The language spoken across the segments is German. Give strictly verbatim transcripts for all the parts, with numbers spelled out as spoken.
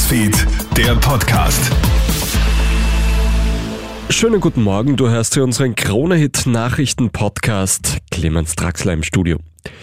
Newsfeed, der Podcast. Schönen guten Morgen, du hörst hier unseren Krone-Hit-Nachrichten-Podcast. Clemens Draxler im Studio.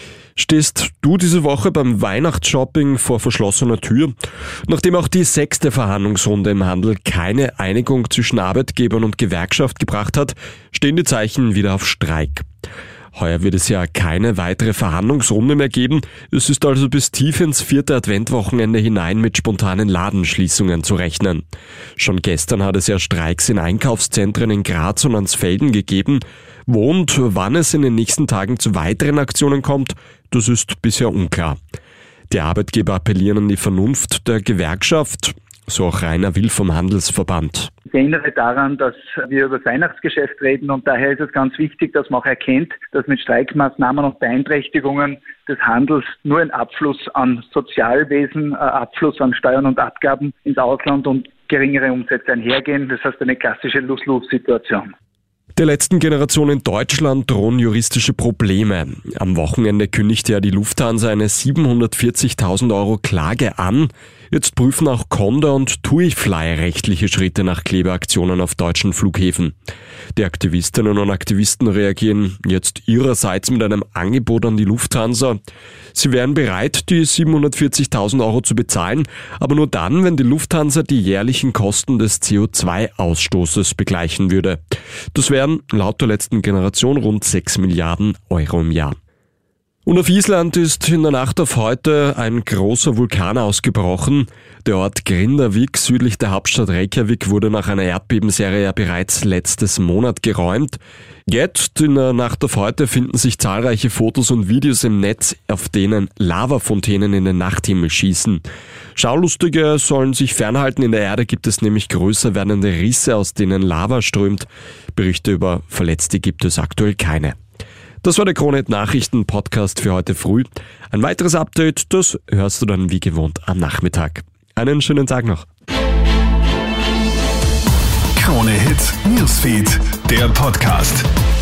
Stehst du diese Woche beim Weihnachtsshopping vor verschlossener Tür? Nachdem auch die sechste Verhandlungsrunde im Handel keine Einigung zwischen Arbeitgebern und Gewerkschaft gebracht hat, stehen die Zeichen wieder auf Streik. Heuer wird es ja keine weitere Verhandlungsrunde mehr geben. Es ist also bis tief ins vierte Adventwochenende hinein mit spontanen Ladenschließungen zu rechnen. Schon gestern hat es ja Streiks in Einkaufszentren in Graz und Ansfelden gegeben. Wo und wann es in den nächsten Tagen zu weiteren Aktionen kommt, das ist bisher unklar. Die Arbeitgeber appellieren an die Vernunft der Gewerkschaft, so auch Rainer Will vom Handelsverband. Ich erinnere daran, dass wir über das Weihnachtsgeschäft reden und daher ist es ganz wichtig, dass man auch erkennt, dass mit Streikmaßnahmen und Beeinträchtigungen des Handels nur ein Abfluss an Sozialwesen, Abfluss an Steuern und Abgaben ins Ausland und geringere Umsätze einhergehen. Das heißt eine klassische Lose-Lose-Situation. Der letzten Generation in Deutschland drohen juristische Probleme. Am Wochenende kündigte ja die Lufthansa eine siebenhundertvierzigtausend Euro Klage an. Jetzt prüfen auch Condor und TuiFly rechtliche Schritte nach Klebeaktionen auf deutschen Flughäfen. Die Aktivistinnen und Aktivisten reagieren jetzt ihrerseits mit einem Angebot an die Lufthansa. Sie wären bereit, die siebenhundertvierzigtausend Euro zu bezahlen, aber nur dann, wenn die Lufthansa die jährlichen Kosten des C O zwei Ausstoßes begleichen würde. Das wären laut der letzten Generation rund sechs Milliarden Euro im Jahr. Und auf Island ist in der Nacht auf heute ein großer Vulkan ausgebrochen. Der Ort Grindavik südlich der Hauptstadt Reykjavik wurde nach einer Erdbebenserie ja bereits letztes Monat geräumt. Jetzt, in der Nacht auf heute, finden sich zahlreiche Fotos und Videos im Netz, auf denen Lavafontänen in den Nachthimmel schießen. Schaulustige sollen sich fernhalten, in der Erde gibt es nämlich größer werdende Risse, aus denen Lava strömt. Berichte über Verletzte gibt es aktuell keine. Das war der Krone-Hit-Nachrichten-Podcast für heute früh. Ein weiteres Update, das hörst du dann wie gewohnt am Nachmittag. Einen schönen Tag noch. Krone-Hit Newsfeed, der Podcast.